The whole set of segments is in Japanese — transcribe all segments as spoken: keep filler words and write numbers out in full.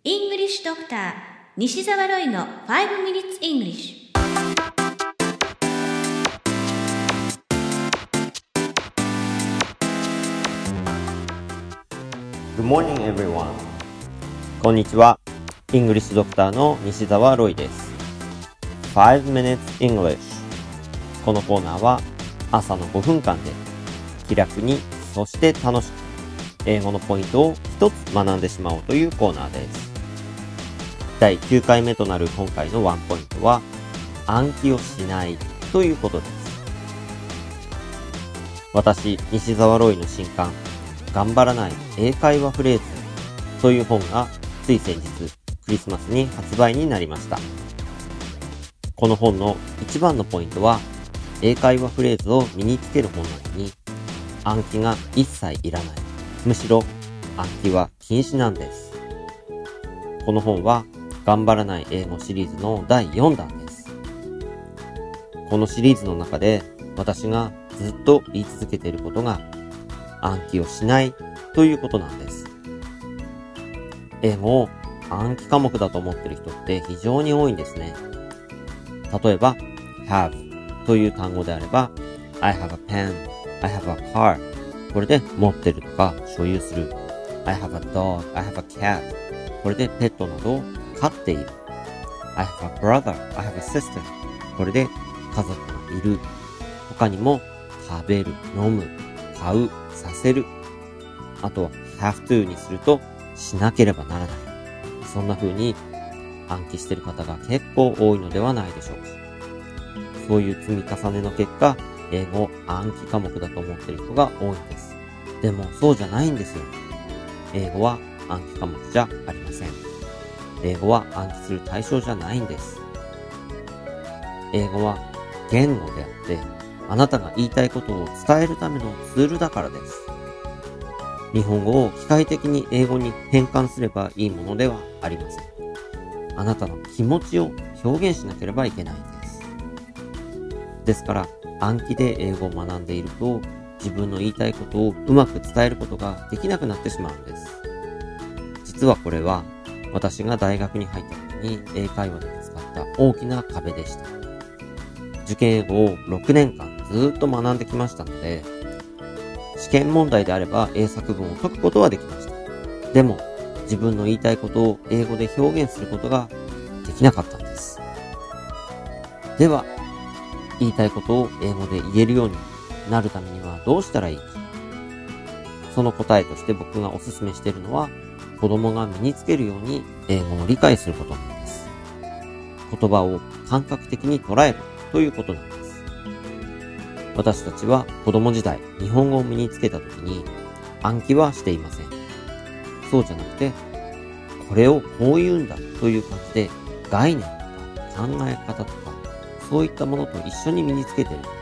English Doctor 西澤ロイのファイブ Minutes English。 Good morning, everyone. こんにちは。イングリッシュドクターの西澤ロイです。ファイブ Minutes English。このコーナーは朝のごふんかんで気楽に、そして楽しく英語のポイントを一つ学んでしまおうというコーナーです。だいきゅうかいめとなる今回のワンポイントは暗記をしないということです。私、西澤ロイの新刊頑張らない英会話フレーズという本がつい先日クリスマスに発売になりました。この本の一番のポイントは英会話フレーズを身につける本なのに暗記が一切いらない。むしろ暗記は禁止なんです。この本は頑張らない英語シリーズのだいよんだんです。このシリーズの中で私がずっと言い続けていることが暗記をしないということなんです。英語を暗記科目だと思っている人って非常に多いんですね。例えば have という単語であれば I have a pen, I have a car これで持ってるとか所有する I have a dog, I have a cat これでペットなどを飼っている I have a brother, I have a sister これで家族がいる。他にも食べる、飲む、買う、させる。あとは have to にするとしなければならない。そんな風に暗記している方が結構多いのではないでしょうか。そういう積み重ねの結果、英語を暗記科目だと思っている人が多いんです。でもそうじゃないんですよ。英語は暗記科目じゃありません。英語は暗記する対象じゃないんです。英語は言語であって、あなたが言いたいことを伝えるためのツールだからです。日本語を機械的に英語に変換すればいいものではありません。あなたの気持ちを表現しなければいけないんです。ですから暗記で英語を学んでいると自分の言いたいことをうまく伝えることができなくなってしまうんです。実はこれは私が大学に入った時に英会話で使った大きな壁でした。受験英語をろくねんかんずっと学んできましたので、試験問題であれば英作文を解くことはできました。でも自分の言いたいことを英語で表現することができなかったんです。では言いたいことを英語で言えるようになるためにはどうしたらいいか。その答えとして僕がおすすめしているのは子供が身につけるように英語を理解することなんです。言葉を感覚的に捉えるということなんです。私たちは子供時代日本語を身につけたときに暗記はしていません。そうじゃなくてこれをこう言うんだという感じで概念とか考え方とかそういったものと一緒に身につけているんです。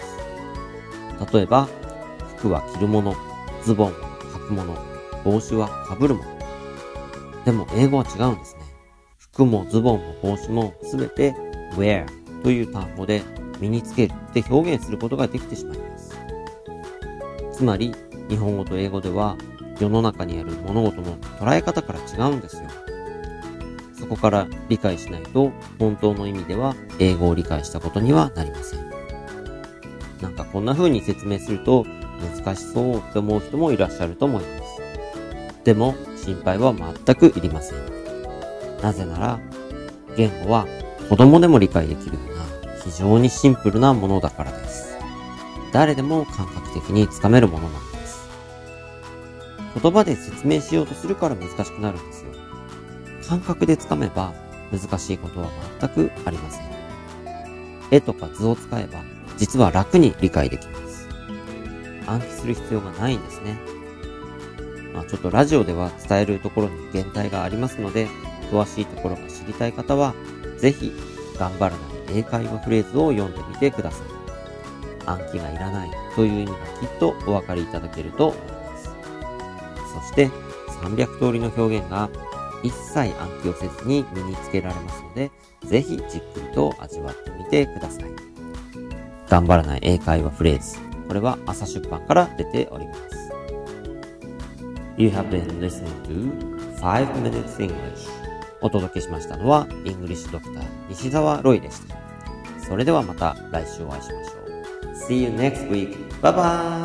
例えば服は着るもの、ズボンは履くもの、帽子はかぶるもの。でも英語は違うんですね。服もズボンも帽子もすべて wear という単語で身につけるって表現することができてしまいます。つまり日本語と英語では世の中にある物事の捉え方から違うんですよ。そこから理解しないと本当の意味では英語を理解したことにはなりません。なんかこんな風に説明すると難しそうって思う人もいらっしゃると思います。でも心配は全くいりません。なぜなら言語は子供でも理解できるような非常にシンプルなものだからです。誰でも感覚的につかめるものなんです。言葉で説明しようとするから難しくなるんですよ。感覚でつかめば難しいことは全くありません。絵とか図を使えば実は楽に理解できます。暗記する必要がないんですね。まあ、ちょっとラジオでは伝えるところに限界がありますので、詳しいところが知りたい方はぜひ頑張らない英会話フレーズを読んでみてください。暗記がいらないという意味がきっとお分かりいただけると思います。そしてさんびゃくとおりの表現が一切暗記をせずに身につけられますので、ぜひじっくりと味わってみてください。頑張らない英会話フレーズ、これは朝出版から出ております。You have been listening to ファイブ Minutes English お届けしましたのは、イングリッシュドクター西澤ロイでした。それではまた来週お会いしましょう。See you next week. Bye bye!